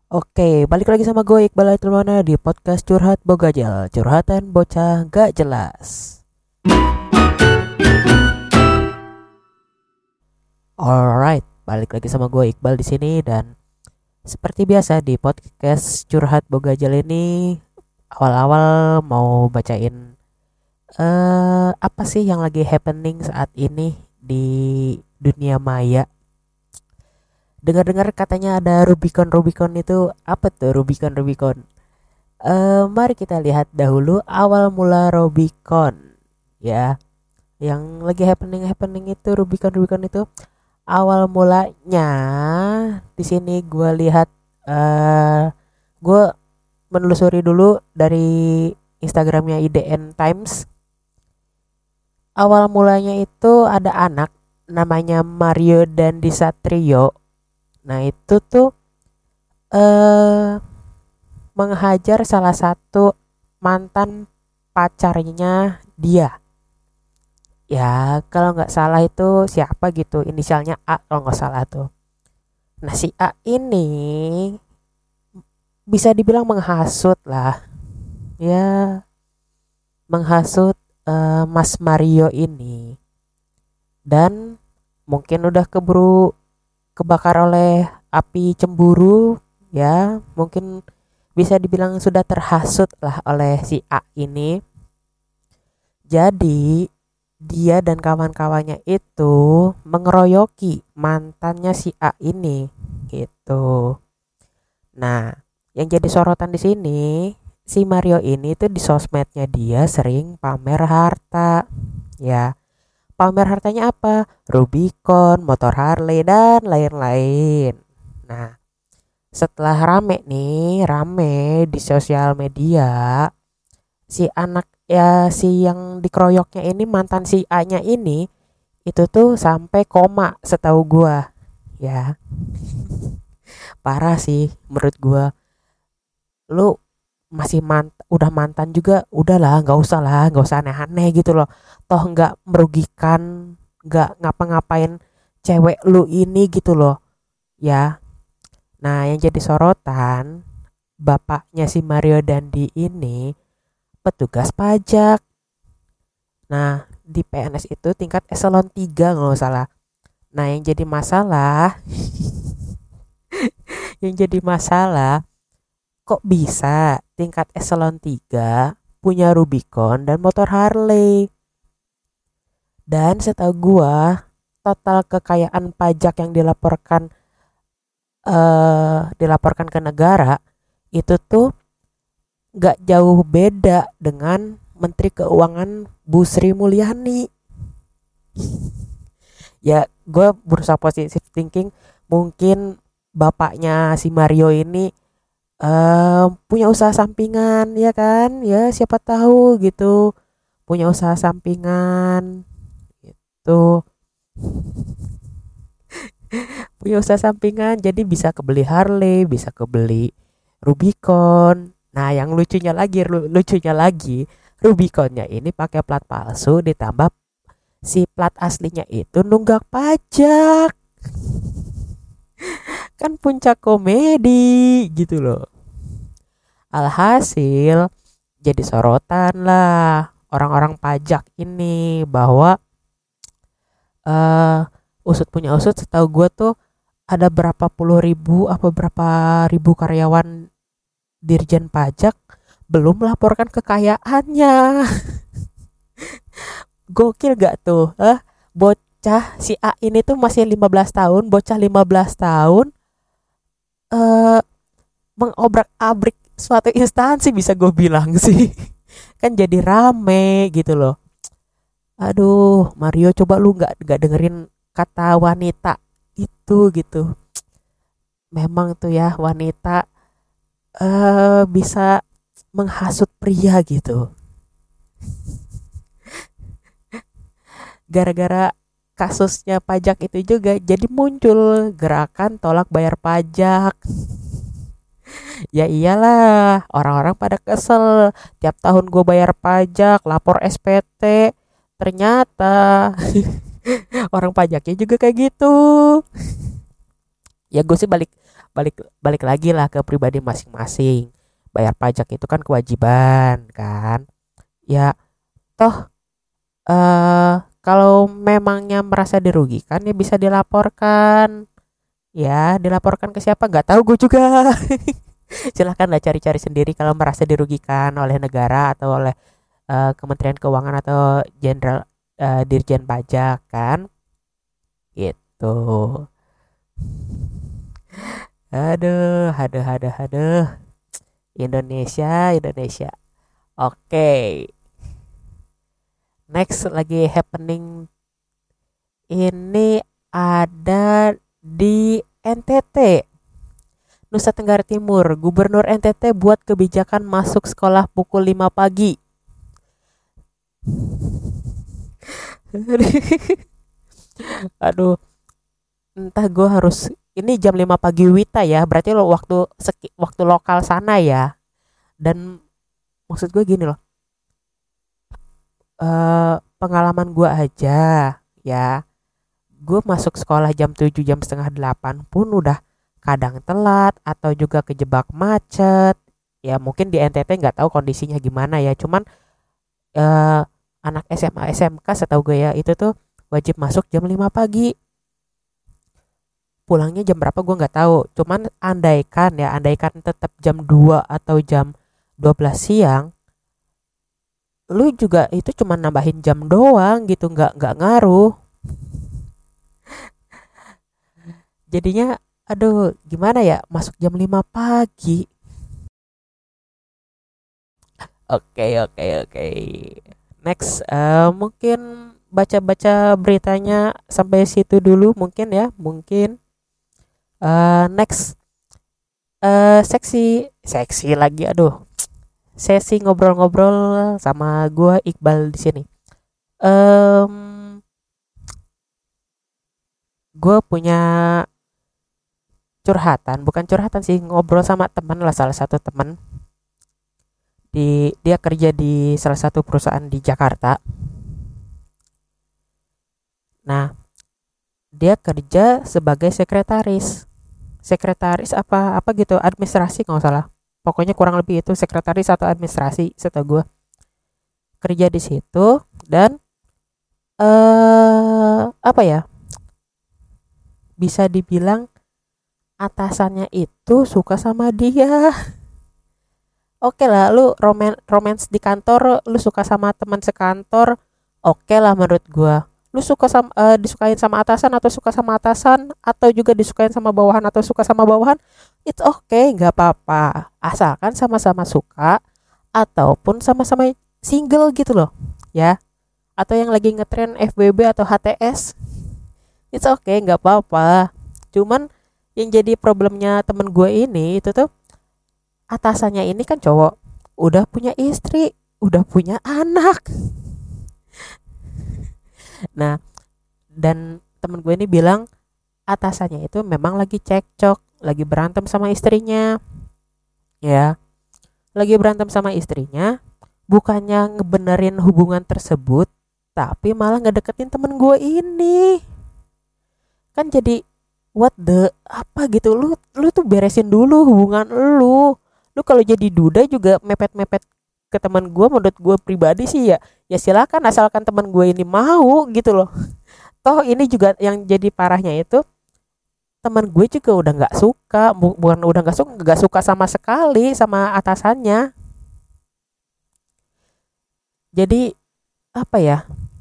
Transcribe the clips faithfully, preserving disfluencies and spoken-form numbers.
Oke, balik lagi sama gue Iqbal Aitulwana di podcast Curhat Bogajal, curhatan bocah gak jelas. Alright, balik lagi sama gue Iqbal di sini dan seperti biasa di podcast Curhat Bogajal ini awal-awal mau bacain eh apa sih yang lagi happening saat ini di dunia maya. Dengar-dengar katanya ada Rubicon Rubicon itu apa tuh Rubicon Rubicon? Eh, mari kita lihat dahulu awal mula Rubicon ya. Yang lagi happening happening itu Rubicon Rubicon itu awal mulanya di sini gue lihat eh gue menelusuri dulu dari Instagramnya I D N Times. Awal mulanya itu ada anak namanya Mario Dandi Satrio. Nah itu tuh eh menghajar salah satu mantan pacarnya dia. Ya kalau nggak salah itu siapa gitu, inisialnya A kalau nggak salah tuh. Nah si A ini bisa dibilang menghasut lah, ya menghasut eh, Mas Mario ini. Dan mungkin udah keburu kebakar oleh api cemburu, ya mungkin bisa dibilang sudah terhasut lah oleh si A ini. Jadi dia dan kawan-kawannya itu mengeroyoki mantannya si A ini gitu. Nah, yang jadi sorotan di sini si Mario ini tuh di sosmednya dia sering pamer harta. Ya, pamer hartanya apa? Rubicon, motor Harley dan lain-lain. Nah, setelah rame nih, rame di sosial media, si anak ya si yang dikeroyoknya ini mantan si A-nya ini itu tuh sampai koma setahu gua ya. Parah sih menurut gua. Lu masih mant udah mantan juga udahlah, nggak usah lah, nggak usah aneh-aneh gitu loh, toh nggak merugikan, nggak ngapa-ngapain cewek lu ini gitu loh ya. Nah yang jadi sorotan, bapaknya si Mario Dandi ini petugas pajak. Nah, di P N S itu tingkat eselon tiga kalau nggak salah. Nah, yang jadi masalah, yang jadi masalah, kok bisa tingkat eselon tiga punya Rubicon dan motor Harley? Dan setahu gua, total kekayaan pajak yang dilaporkan eh dilaporkan ke negara itu tuh nggak jauh beda dengan Menteri Keuangan Bu Sri Mulyani. Ya gue berusaha positif thinking, mungkin bapaknya si Mario ini eh, punya usaha sampingan ya kan, ya siapa tahu gitu, punya usaha sampingan gitu, punya usaha sampingan jadi bisa kebeli Harley, bisa kebeli Rubicon. Nah yang lucunya lagi lucunya lagi Rubiconnya ini pakai plat palsu, ditambah si plat aslinya itu nunggak pajak. Kan puncak komedi gitu loh. Alhasil jadi sorotan lah orang-orang pajak ini bahwa eh usut punya usut, setahu gue tuh ada berapa puluh ribu apa berapa ribu karyawan Dirjen Pajak belum melaporkan kekayaannya. Gokil gak tuh? Eh, bocah si A ini tuh masih lima belas tahun, bocah lima belas tahun eh mengobrak-abrik suatu instansi bisa gue bilang sih. Kan jadi rame gitu loh. Aduh, Mario coba lu nggak nggak dengerin kata wanita itu gitu. Memang tuh ya wanita eh bisa menghasut pria gitu. Gara-gara kasusnya pajak itu juga jadi muncul gerakan tolak bayar pajak. Ya iyalah, orang-orang pada kesel. Tiap tahun gue bayar pajak, lapor S P T. Ternyata orang pajaknya juga kayak gitu. Ya gue sih balik balik balik lagi lah ke pribadi masing-masing. Bayar pajak itu kan kewajiban kan. Ya toh eh kalau memangnya merasa dirugikan ya bisa dilaporkan. Ya, dilaporkan ke siapa? Nggak tahu gue juga. Silahkan lah cari-cari sendiri kalau merasa dirugikan oleh negara atau oleh eh, Kementerian Keuangan atau Jenderal eh, Dirjen Pajak kan. Gitu. Aduh, aduh, aduh, aduh. Indonesia, Indonesia. Oke, next lagi happening ini ada di N T T, Nusa Tenggara Timur. Gubernur N T T buat kebijakan masuk sekolah pukul lima pagi. Aduh, entah gue harus ini jam lima pagi Wita ya, berarti lo waktu seki, waktu lokal sana ya. Dan maksud gue gini loh, eh pengalaman gue aja ya, gue masuk sekolah jam tujuh jam setengah delapan pun udah kadang telat atau juga kejebak macet. Ya mungkin di N T T nggak tahu kondisinya gimana ya, cuman eh, anak S M A S M K setahu gue ya itu tuh wajib masuk jam lima pagi. Pulangnya jam berapa gue nggak tahu, cuman andaikan ya andaikan tetap jam dua atau jam dua belas siang, lu juga itu cuma nambahin jam doang gitu, nggak nggak ngaruh. Jadinya aduh gimana ya masuk jam lima pagi. Oke, oke, oke. Next, eh, mungkin baca-baca beritanya sampai situ dulu mungkin ya, mungkin. Eh, next, eh, seksi, seksi lagi, aduh, sesi ngobrol-ngobrol sama gua Iqbal di sini. Em, gue punya curhatan, bukan curhatan sih, ngobrol sama teman lah, salah satu teman di dia kerja di salah satu perusahaan di Jakarta. Nah, dia kerja sebagai sekretaris. Sekretaris apa apa gitu, administrasi kalau nggak salah. Pokoknya kurang lebih itu sekretaris atau administrasi setahu gue. Kerja di situ dan eh apa ya? Bisa dibilang atasannya itu suka sama dia. Oke lah, lu roman romance di kantor, lu suka sama teman sekantor, oke lah menurut gua. Lu suka sama eh, disukain sama atasan atau suka sama atasan atau juga disukain sama bawahan atau suka sama bawahan, it's okay, nggak apa-apa. Asalkan sama-sama suka ataupun sama-sama single gitu loh, ya. Atau yang lagi ngetren F B B atau H T S, it's okay, nggak apa-apa. Cuman yang jadi problemnya temen gue ini itu tuh atasannya ini kan cowok, udah punya istri, udah punya anak. Nah, dan temen gue ini bilang atasannya itu memang lagi cekcok, lagi berantem sama istrinya. Ya, lagi berantem sama istrinya, bukannya ngebenerin hubungan tersebut, tapi malah ngedeketin temen gue ini. Kan jadi what the apa gitu, lu lu tuh beresin dulu hubungan lu. Lu kalau jadi duda juga mepet-mepet ke teman gue, menurut gue pribadi sih ya ya silakan, asalkan teman gue ini mau gitu loh. Toh ini juga yang jadi parahnya itu teman gue juga udah nggak suka, bu- bukan udah nggak suka nggak suka sama sekali sama atasannya. Jadi apa ya,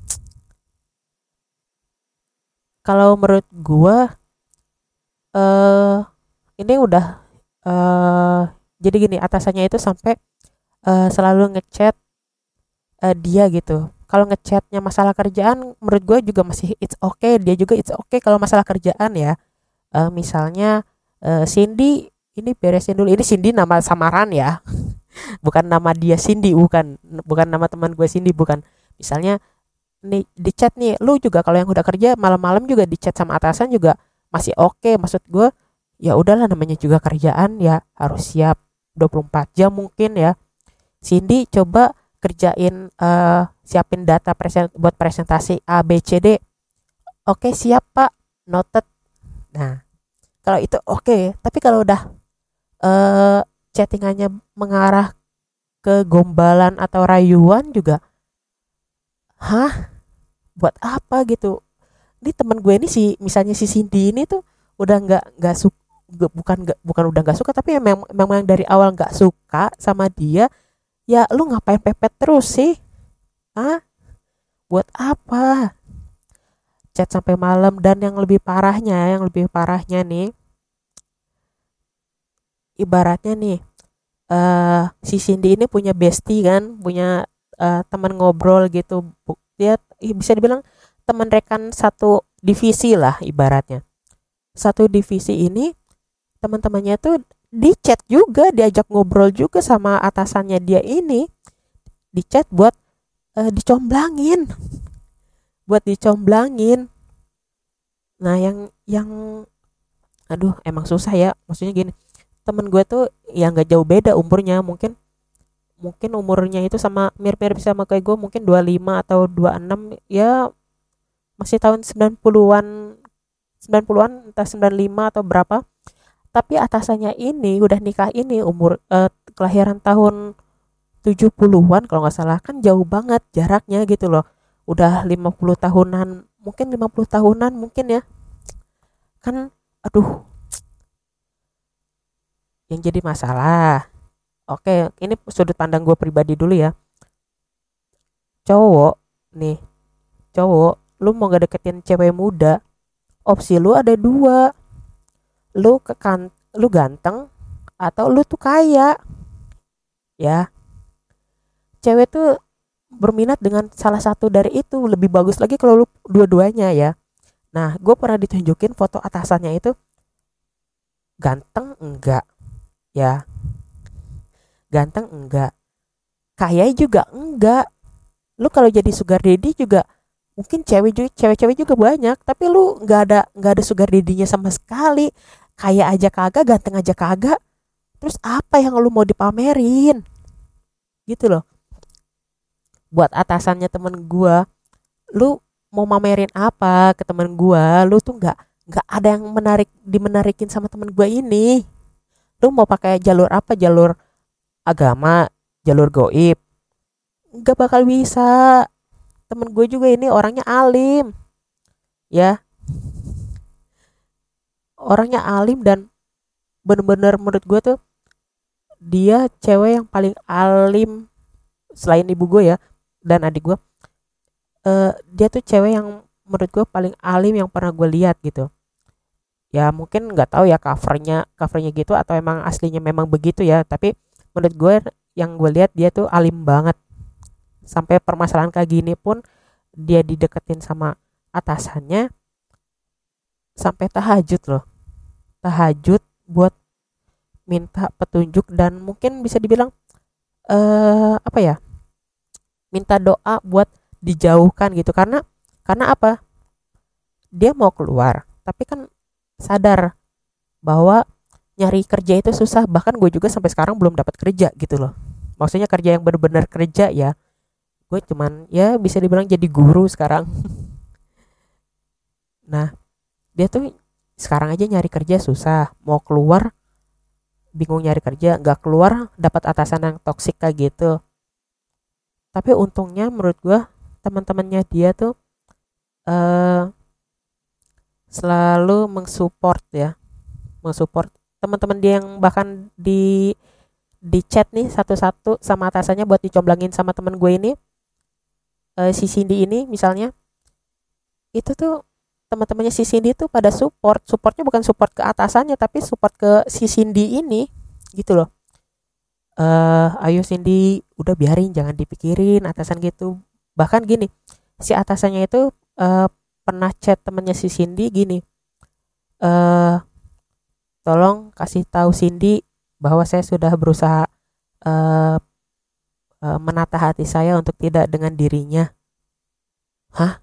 kalau menurut gue eh ini udah eh jadi gini, atasannya itu sampai eh, selalu ngechat eh, dia gitu. Kalau ngechatnya masalah kerjaan, menurut gue juga masih it's okay. Dia juga it's okay kalau masalah kerjaan ya. Eh, misalnya eh, Cindy, ini beresin dulu. Ini Cindy nama samaran ya, bukan nama dia Cindy, bukan bukan nama teman gue Cindy, bukan. Misalnya nih di chat nih, lu juga kalau yang udah kerja malam-malam juga di chat sama atasan juga masih oke. Maksud gue ya udahlah, namanya juga kerjaan ya harus siap dua puluh empat jam mungkin ya. Cindy coba kerjain eh, siapin data presen buat presentasi A B C D. Oke siap Pak, noted. Nah Kalau itu oke, tapi kalau udah eh chattingannya mengarah ke gombalan atau rayuan juga, hah, buat apa gitu? Ini temen gue ini, si misalnya si Cindy ini tuh udah nggak nggak suka, bukan nggak bukan udah nggak suka, tapi memang memang dari awal nggak suka sama dia. Ya lu ngapain pepet terus sih? Ah, buat apa? Chat sampai malam. Dan yang lebih parahnya, yang lebih parahnya nih, ibaratnya nih, eh si Cindy ini punya bestie kan, punya eh, teman ngobrol gitu. Bu- Dia bisa dibilang teman rekan satu divisi lah ibaratnya. Satu divisi ini teman-temannya tuh di chat juga, diajak ngobrol juga sama atasannya dia ini, di chat buat eh, dicomblangin, buat dicomblangin. Nah, yang yang aduh emang susah ya. Maksudnya gini, temen gue tuh ya nggak jauh beda umurnya, mungkin mungkin umurnya itu sama, mirip-mirip sama kayak gue, mungkin dua puluh lima atau dua puluh enam ya, masih tahun sembilan puluhan-an, sembilan puluhan-an, entah sembilan puluh lima atau berapa. Tapi atasannya ini udah nikah ini umur eh, kelahiran tahun tujuh puluhan-an kalau nggak salah, kan jauh banget jaraknya gitu loh. Udah lima puluh tahunan, mungkin lima puluh tahunan mungkin ya. Kan aduh, yang jadi masalah. Oke, ini sudut pandang gue pribadi dulu ya. Cowok nih, cowok, lu mau gak deketin cewek muda, opsi lu ada dua. Lu ke kan, lu ganteng atau lu tuh kaya. Ya, cewek tuh berminat dengan salah satu dari itu. Lebih bagus lagi kalau lu dua-duanya ya. Nah, gue pernah ditunjukin foto atasannya itu, ganteng enggak, ya, ganteng enggak, kaya juga enggak. Lu kalau jadi sugar daddy juga mungkin cewek juga, cewek-cewek juga banyak, tapi lu nggak ada nggak ada sugar daddy-nya sama sekali. Kaya aja kagak, ganteng aja kagak. Terus apa yang lu mau dipamerin? Gitu loh. Buat atasannya temen gua, lu mau mamerin apa ke temen gua? Lu tuh nggak nggak ada yang menarik, dimenarikin sama temen gua ini. Lu mau pakai jalur apa? Jalur agama, jalur goib? Nggak bakal bisa. Temen gue juga ini orangnya alim, ya, orangnya alim dan bener-bener menurut gue tuh dia cewek yang paling alim selain ibu gue ya, dan adik gue. Eh, dia tuh cewek yang menurut gue paling alim yang pernah gue lihat gitu. Ya mungkin nggak tahu ya covernya covernya gitu atau emang aslinya memang begitu ya, tapi menurut gue yang gue lihat dia tuh alim banget. Sampai permasalahan kayak gini pun dia dideketin sama atasannya, sampai tahajud loh, tahajud buat minta petunjuk dan mungkin bisa dibilang eh apa ya, minta doa buat dijauhkan gitu. Karena karena apa, dia mau keluar tapi kan sadar bahwa nyari kerja itu susah. Bahkan gue juga sampai sekarang belum dapat kerja gitu loh, maksudnya kerja yang benar-benar kerja ya. Gue cuman ya bisa dibilang jadi guru sekarang. Nah, dia tuh sekarang aja nyari kerja susah, mau keluar bingung nyari kerja, nggak keluar dapat atasan yang toksik kayak gitu. Tapi untungnya menurut gue teman-temannya dia tuh eh selalu mensupport ya, mensupport teman-teman dia yang bahkan di di chat nih satu-satu sama atasannya buat dicomblangin sama teman gue ini, eh, si Cindy ini misalnya. Itu tuh teman-temannya si Cindy tuh pada support, supportnya bukan support ke atasannya tapi support ke si Cindy ini gitu loh. Eh ayo Cindy, udah biarin, jangan dipikirin atasan gitu. Bahkan gini, si atasannya itu eh, pernah chat temennya si Cindy gini, eh tolong kasih tahu Cindy bahwa saya sudah berusaha eh, eh, menata hati saya untuk tidak dengan dirinya. Hah,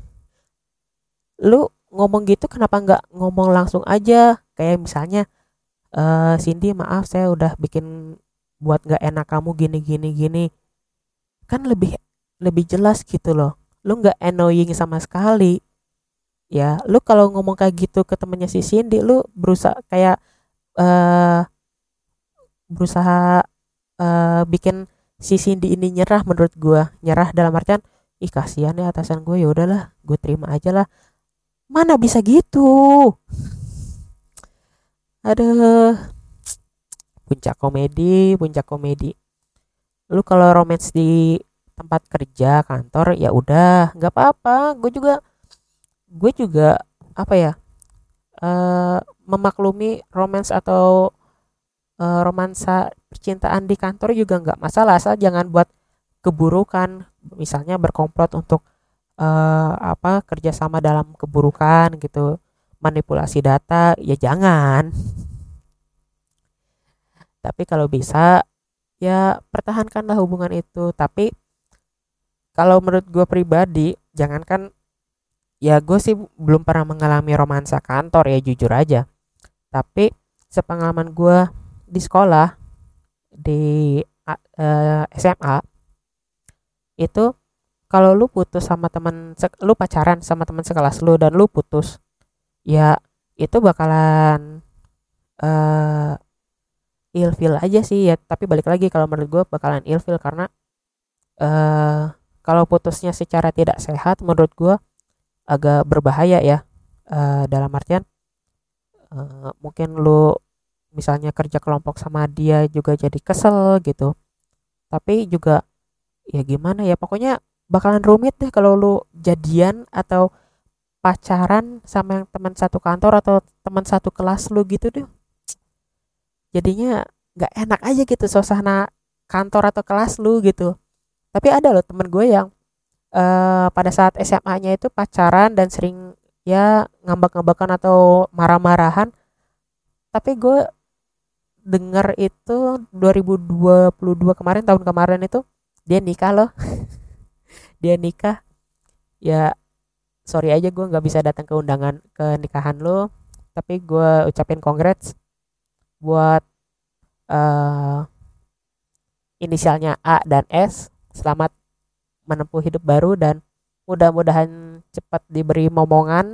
lu ngomong gitu kenapa nggak ngomong langsung aja, kayak misalnya, eh Cindy maaf saya udah bikin buat nggak enak kamu gini gini gini. Kan lebih lebih jelas gitu loh, lu nggak annoying sama sekali. Ya lu kalau ngomong kayak gitu ke temennya si Cindy, lu berusaha kayak eh berusaha eh bikin si Cindy ini nyerah. Menurut gua nyerah dalam artian, ih kasihan ya atasan gue, ya udahlah gue terima aja lah. Mana bisa gitu. Aduh, puncak komedi, puncak komedi. Lu kalau romance di tempat kerja kantor ya udah nggak apa-apa, gue juga gue juga apa ya, eh memaklumi romance atau eh, romansa percintaan di kantor juga nggak masalah, asal jangan buat keburukan, misalnya berkomplot untuk eh, apa kerjasama dalam keburukan gitu, manipulasi data ya jangan. Tapi kalau bisa ya pertahankanlah hubungan itu. Tapi kalau menurut gue pribadi, jangankan, ya gue sih belum pernah mengalami romansa kantor ya jujur aja. Tapi sepengalaman gue di sekolah, di a- eh, S M A itu, kalau lu putus sama teman sek- lu pacaran sama teman sekelas lu dan lu putus, ya itu bakalan eh ilfil aja sih ya. Tapi balik lagi, kalau menurut gue bakalan ilfil karena eh kalau putusnya secara tidak sehat menurut gue agak berbahaya ya. Eh, dalam artian eh, mungkin lu misalnya kerja kelompok sama dia juga jadi kesel gitu. Tapi juga ya gimana ya, pokoknya bakalan rumit deh kalau lu jadian atau pacaran sama yang teman satu kantor atau teman satu kelas lu gitu deh. Jadinya nggak enak aja gitu suasana kantor atau kelas lu gitu. Tapi ada loh temen gue yang eh, pada saat S M A-nya itu pacaran dan sering ya ngambek-ngambekan atau marah-marahan. Tapi gue denger itu dua ribu dua puluh dua kemarin, tahun kemarin itu dia nikah loh. Dia nikah. Ya sorry aja gue nggak bisa datang ke undangan ke nikahan lo. Tapi gue ucapin congrats buat eh, inisialnya A dan S. Selamat menempuh hidup baru dan mudah-mudahan cepat diberi momongan.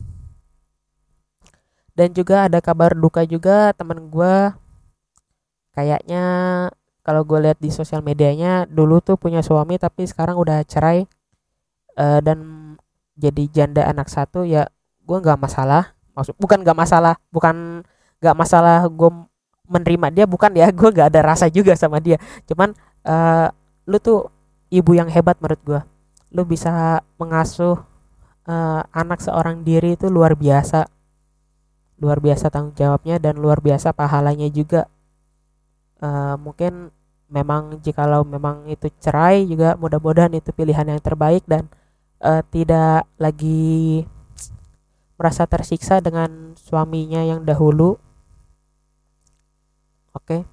Dan juga ada kabar duka juga, temen gue kayaknya kalau gue lihat di sosial medianya dulu tuh punya suami tapi sekarang udah cerai, eh, dan jadi janda anak satu. Ya gue nggak masalah, maksud bukan nggak masalah, bukan nggak masalah gue menerima dia, bukan ya. Gue nggak ada rasa juga sama dia, cuman eh, lu tuh ibu yang hebat menurut gue. Lu bisa mengasuh eh, anak seorang diri itu luar biasa, luar biasa tanggung jawabnya dan luar biasa pahalanya juga. Eh, mungkin memang jikalau memang itu cerai juga mudah-mudahan itu pilihan yang terbaik dan eh, tidak lagi merasa tersiksa dengan suaminya yang dahulu. Oke.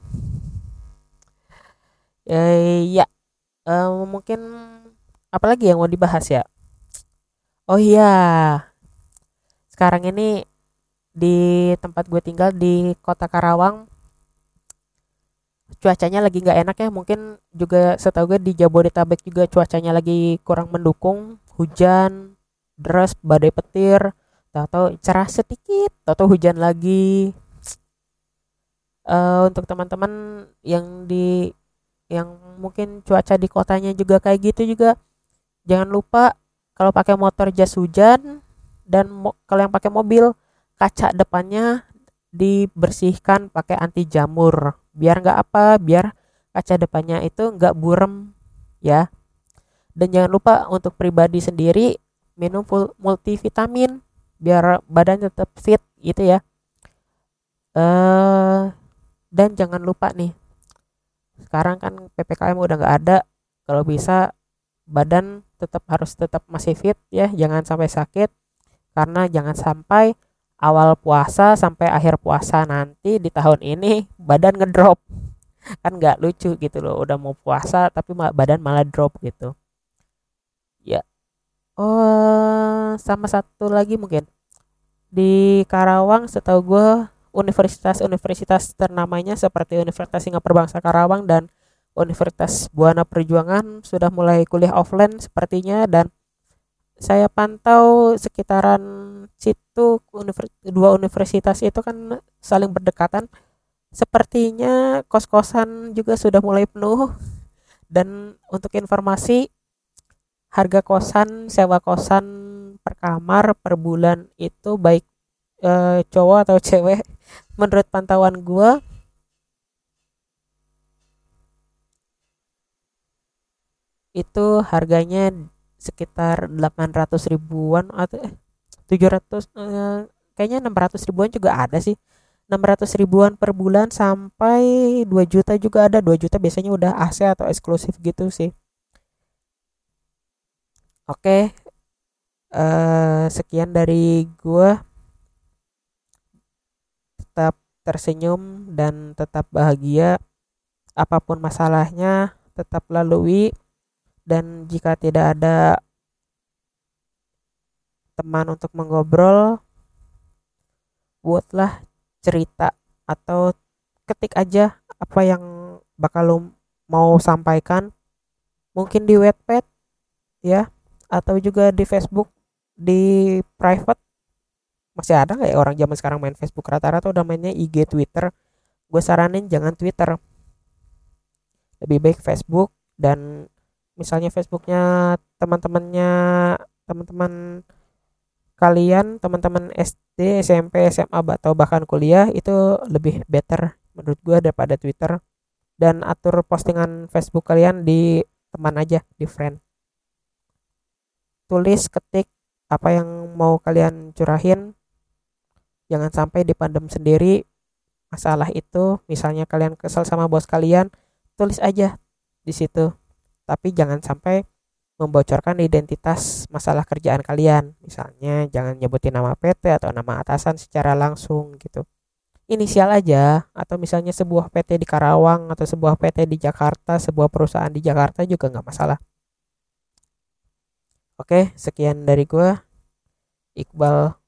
Eh, ya, eh, mungkin apalagi yang mau dibahas ya. Oh iya, sekarang ini di tempat gue tinggal di kota Karawang cuacanya lagi nggak enak ya. Mungkin juga setahu gue di Jabodetabek juga cuacanya lagi kurang mendukung, hujan deras, badai petir, tahu-tahu cerah sedikit, tahu-tahu hujan lagi. Eh, untuk teman-teman yang di yang mungkin cuaca di kotanya juga kayak gitu juga, jangan lupa kalau pakai motor jas hujan, dan mo- kalau yang pakai mobil kaca depannya dibersihkan pakai anti jamur, biar nggak apa biar kaca depannya itu nggak burem ya. Dan jangan lupa untuk pribadi sendiri minum full multivitamin biar badan tetap fit gitu ya. eh dan jangan lupa nih, sekarang kan P P K M udah nggak ada, kalau bisa badan tetap harus tetap masih fit ya, jangan sampai sakit. Karena jangan sampai awal puasa sampai akhir puasa nanti di tahun ini badan ngedrop, kan nggak lucu gitu loh, udah mau puasa tapi ma- badan malah drop gitu ya. Oh, sama satu lagi mungkin di Karawang setahu gue universitas-universitas ternamanya seperti Universitas Singapura Bangsa Karawang dan Universitas Buana Perjuangan sudah mulai kuliah offline sepertinya. Dan saya pantau sekitaran situ univer- dua universitas itu kan saling berdekatan. Sepertinya kos-kosan juga sudah mulai penuh. Dan untuk informasi, harga kosan, sewa kosan per kamar per bulan itu baik eh, cowok atau cewek, menurut pantauan gua itu harganya sekitar delapan ratus ribuan atau eh, tujuh ratus, eh, kayaknya enam ratus ribuan juga ada sih. Enam ratus ribuan per bulan sampai dua juta juga ada. Dua juta biasanya udah A C atau eksklusif gitu sih. Oke, eh sekian dari gua. Tetap tersenyum dan tetap bahagia apapun masalahnya, tetap lalui. Dan jika tidak ada teman untuk mengobrol, buatlah cerita atau ketik aja apa yang bakal lo mau sampaikan, mungkin di Wattpad ya, atau juga di Facebook, di private. Masih ada nggak ya orang zaman sekarang main Facebook? Rata-rata udah mainnya I G, Twitter. Gue saranin jangan Twitter, lebih baik Facebook. Dan misalnya Facebooknya teman-temannya, teman-teman kalian, teman-teman S D, S M P, S M A, atau bahkan kuliah, itu lebih better menurut gue daripada Twitter. Dan atur postingan Facebook kalian di teman aja, di friend. Tulis, ketik apa yang mau kalian curahin, jangan sampai dipendam sendiri masalah itu. Misalnya kalian kesel sama bos kalian, tulis aja di situ, tapi jangan sampai membocorkan identitas masalah kerjaan kalian. Misalnya jangan nyebutin nama P T atau nama atasan secara langsung gitu, inisial aja. Atau misalnya sebuah P T di Karawang atau sebuah P T di Jakarta, sebuah perusahaan di Jakarta juga nggak masalah. Oke, sekian dari gue, Iqbal